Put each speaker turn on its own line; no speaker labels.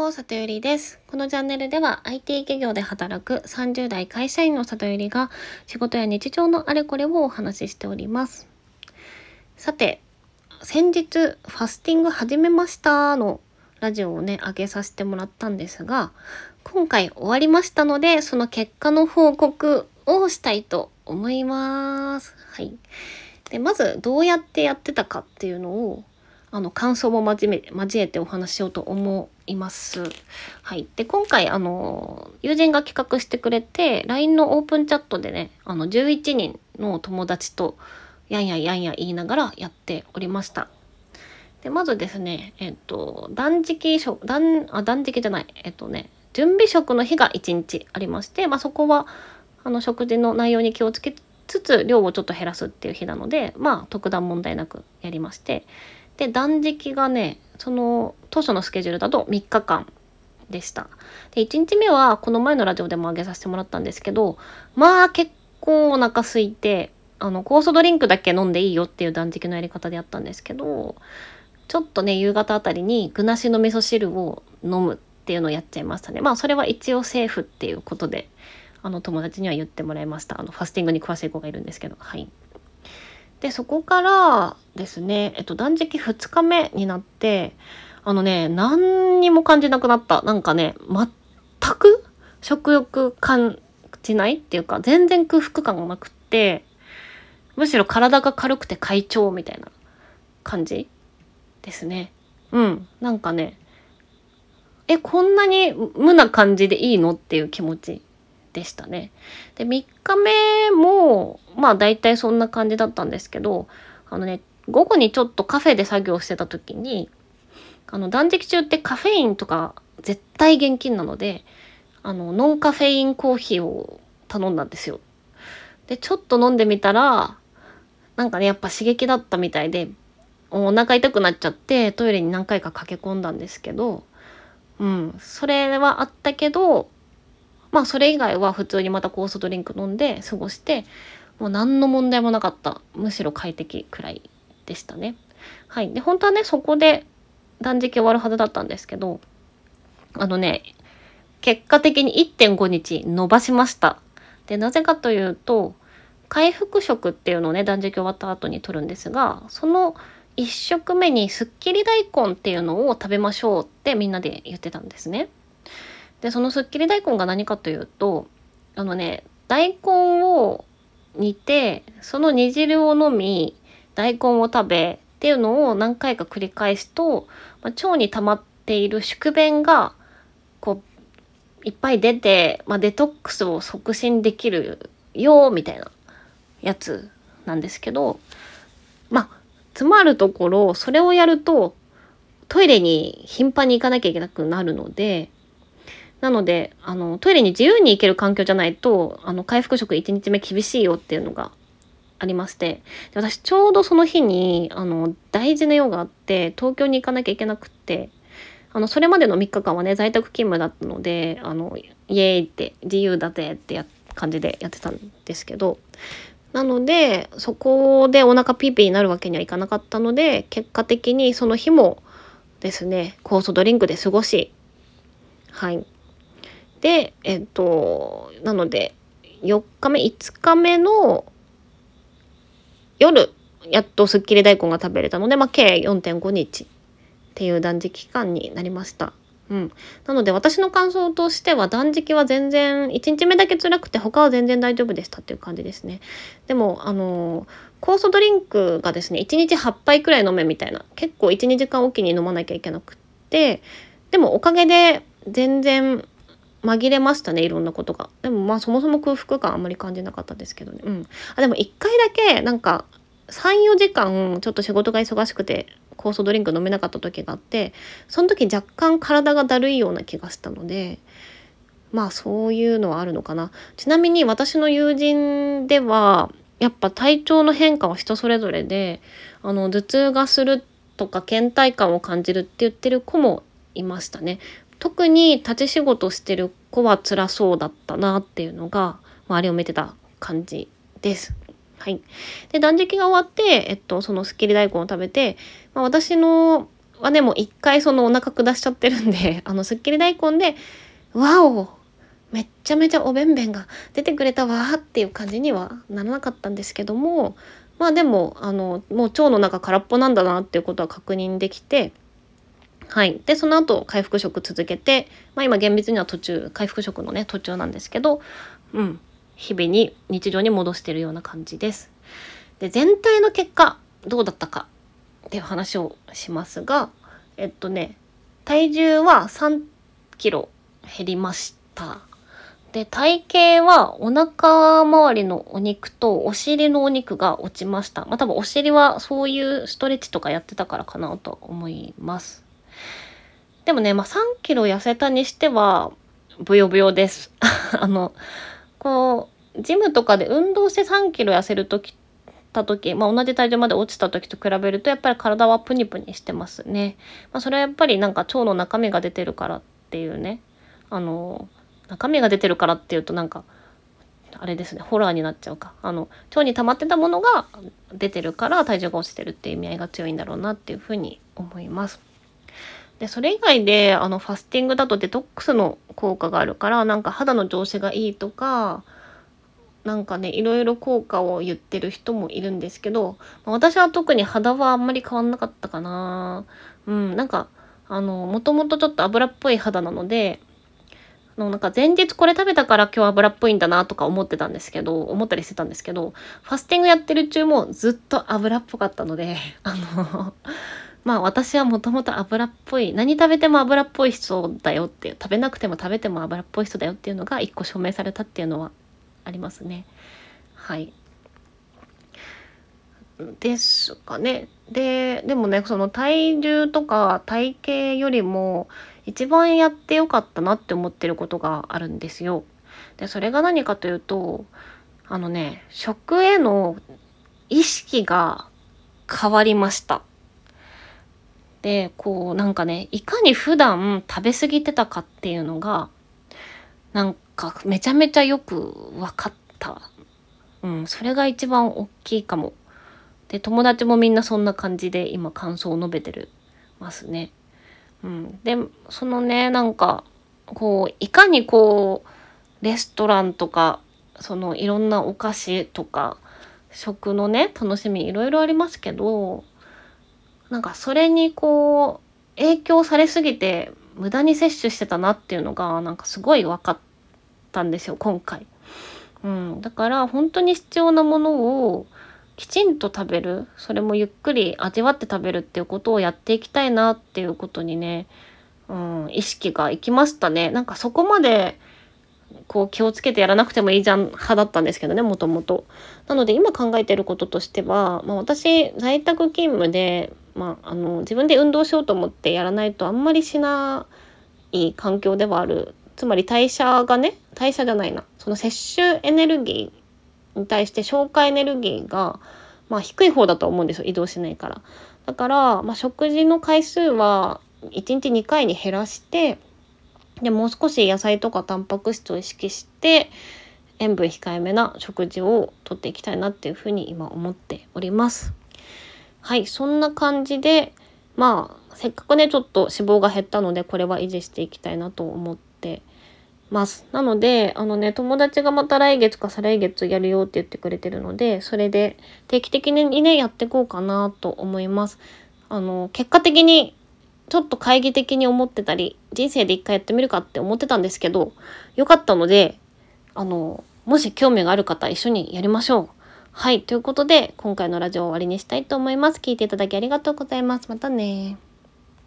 里ゆりです。このチャンネルでは IT 企業で働く30代会社員の里ゆりが仕事や日常のあれこれをお話ししております。さて、先日ファスティング始めましたのラジオをね、上げさせてもらったんですが、今回終わりましたので、その結果の報告をしたいと思います。はい。で、まずどうやってやってたかっていうのを感想も交えてお話ししようと思います。はい。で、今回友人が企画してくれて LINE のオープンチャットでね、11人の友達とやんや言いながらやっておりました。で、まずですね、断食じゃない、準備食の日が1日ありまして、そこは食事の内容に気をつけつつ量をちょっと減らすっていう日なので、特段問題なくやりまして、で、断食がね、その当初のスケジュールだと3日間でした。で、1日目はこの前のラジオでも上げさせてもらったんですけど、結構お腹空いて、酵素ドリンクだけ飲んでいいよっていう断食のやり方でやったんですけど、ちょっとね、夕方あたりに具なしの味噌汁を飲むっていうのをやっちゃいましたね。それは一応セーフっていうことで、友達には言ってもらいました。ファスティングに詳しい子がいるんですけど、はい。で、そこからですね、断食2日目になって、何にも感じなくなった。なんかね、全く食欲感じないっていうか、全然空腹感がなくって、むしろ体が軽くて快調みたいな感じですね。なんかね、こんなに無な感じでいいのっていう気持ちでしたね。で、3日目も、大体そんな感じだったんですけど、午後にちょっとカフェで作業してた時に、断食中ってカフェインとか絶対厳禁なので、ノンカフェインコーヒーを頼んだんですよ。で、ちょっと飲んでみたら、なんかね、やっぱ刺激だったみたいで、お腹痛くなっちゃって、トイレに何回か駆け込んだんですけど、それはあったけど、それ以外は普通にまた酵素ドリンク飲んで過ごして、もう何の問題もなかった。むしろ快適くらいでしたね。はい。で、本当はね、そこで断食終わるはずだったんですけど、結果的に 1.5 日伸ばしました。で、なぜかというと、回復食っていうのをね、断食終わった後に取るんですが、その1食目にすっきり大根っていうのを食べましょうってみんなで言ってたんですね。で、そのすっきり大根が何かというと、大根を煮て、その煮汁を飲み、大根を食べっていうのを何回か繰り返すと、腸に溜まっている宿便がこういっぱい出て、デトックスを促進できるよみたいなやつなんですけど、つまるところ、それをやるとトイレに頻繁に行かなきゃいけなくなるので、トイレに自由に行ける環境じゃないと、回復食1日目厳しいよっていうのがありまして、で、私ちょうどその日に、大事な用があって、東京に行かなきゃいけなくって、それまでの3日間はね、在宅勤務だったので、イエーイって自由だぜって感じでやってたんですけど、なので、そこでお腹ピーピーになるわけにはいかなかったので、結果的にその日もですね、酵素ドリンクで過ごし、はい。で、なので、4日目、5日目の夜、やっとすっきり大根が食べれたので、計 4.5 日っていう断食期間になりました。なので私の感想としては断食は全然1日目だけ辛くて他は全然大丈夫でしたっていう感じですね。でも酵素ドリンクがですね1日8杯くらい飲めみたいな、結構 1,2 時間おきに飲まなきゃいけなくって、でもおかげで全然紛れましたね、いろんなことが。でもそもそも空腹感あんまり感じなかったですけどね。でも1回だけなんか 3,4 時間ちょっと仕事が忙しくて酵素ドリンク飲めなかった時があって、その時若干体がだるいような気がしたので、そういうのはあるのかな。ちなみに私の友人ではやっぱ体調の変化は人それぞれで、頭痛がするとか倦怠感を感じるって言ってる子もいましたね。特に立ち仕事してる子は辛そうだったなっていうのが周りを見てた感じです。はい。で、断食が終わって、そのすっきり大根を食べて、私のはねもう一回そのお腹下しちゃってるんで、すっきり大根でわおめっちゃめちゃおべんべんが出てくれたわーっていう感じにはならなかったんですけども、まあでももう腸の中空っぽなんだなっていうことは確認できて、はい。でその後回復食続けて、今厳密には回復食のね途中なんですけど、日々に日常に戻しているような感じです。で全体の結果どうだったかっていう話をしますが、体重は3キロ減りました。で体型はお腹周りのお肉とお尻のお肉が落ちました。多分お尻はそういうストレッチとかやってたからかなと思います。でもね、3キロ痩せたにしてはブヨブヨです。ジムとかで運動して3キロ痩せる時、同じ体重まで落ちた時と比べるとやっぱり体はプニプニしてますね。それはやっぱり腸の中身が出てるからっていうね、中身が出てるからっていうとあれですね、ホラーになっちゃうか。腸に溜まってたものが出てるから体重が落ちてるっていう意味合いが強いんだろうなっていうふうに思います。でそれ以外でファスティングだとデトックスの効果があるから肌の調子がいいとかいろいろ効果を言ってる人もいるんですけど、私は特に肌はあんまり変わんなかったかな。もともとちょっと油っぽい肌なので、前日これ食べたから今日油っぽいんだなとか思ったりしてたんですけど、ファスティングやってる中もずっと油っぽかったので、私はもともと油っぽい、何食べても油っぽい人だよっていう、食べなくても食べても油っぽい人だよっていうのが一個証明されたっていうのはありますね。はい。ですかね。でもね、その体重とか体型よりも一番やってよかったなって思ってることがあるんですよ。で、それが何かというと、食への意識が変わりました。で、いかに普段食べ過ぎてたかっていうのが、めちゃめちゃよく分かった。それが一番大きいかも。で、友達もみんなそんな感じで今感想を述べてますね。で、そのね、いかにレストランとか、いろんなお菓子とか、食のね、楽しみいろいろありますけど、それに影響されすぎて無駄に摂取してたなっていうのがすごい分かったんですよ今回。だから本当に必要なものをきちんと食べる、それもゆっくり味わって食べるっていうことをやっていきたいなっていうことにね、意識がいきましたね。そこまで気をつけてやらなくてもいいじゃん派だったんですけどね、もともと。なので今考えてることとしては、私在宅勤務で、自分で運動しようと思ってやらないとあんまりしない環境ではある。つまり代謝じゃないな、その摂取エネルギーに対して消化エネルギーが、低い方だと思うんですよ、移動しないから。だから、食事の回数は1日2回に減らして、でもう少し野菜とかタンパク質を意識して塩分控えめな食事をとっていきたいなっていうふうに今思っております。はい、そんな感じでせっかくねちょっと脂肪が減ったのでこれは維持していきたいなと思ってます。なので友達がまた来月か再来月やるよって言ってくれてるので、それで定期的にねやっていこうかなと思います。結果的にちょっと懐疑的に思ってたり、人生で一回やってみるかって思ってたんですけど、よかったので、もし興味がある方、一緒にやりましょう。はい、ということで、今回のラジオを終わりにしたいと思います。聞いていただきありがとうございます。またね。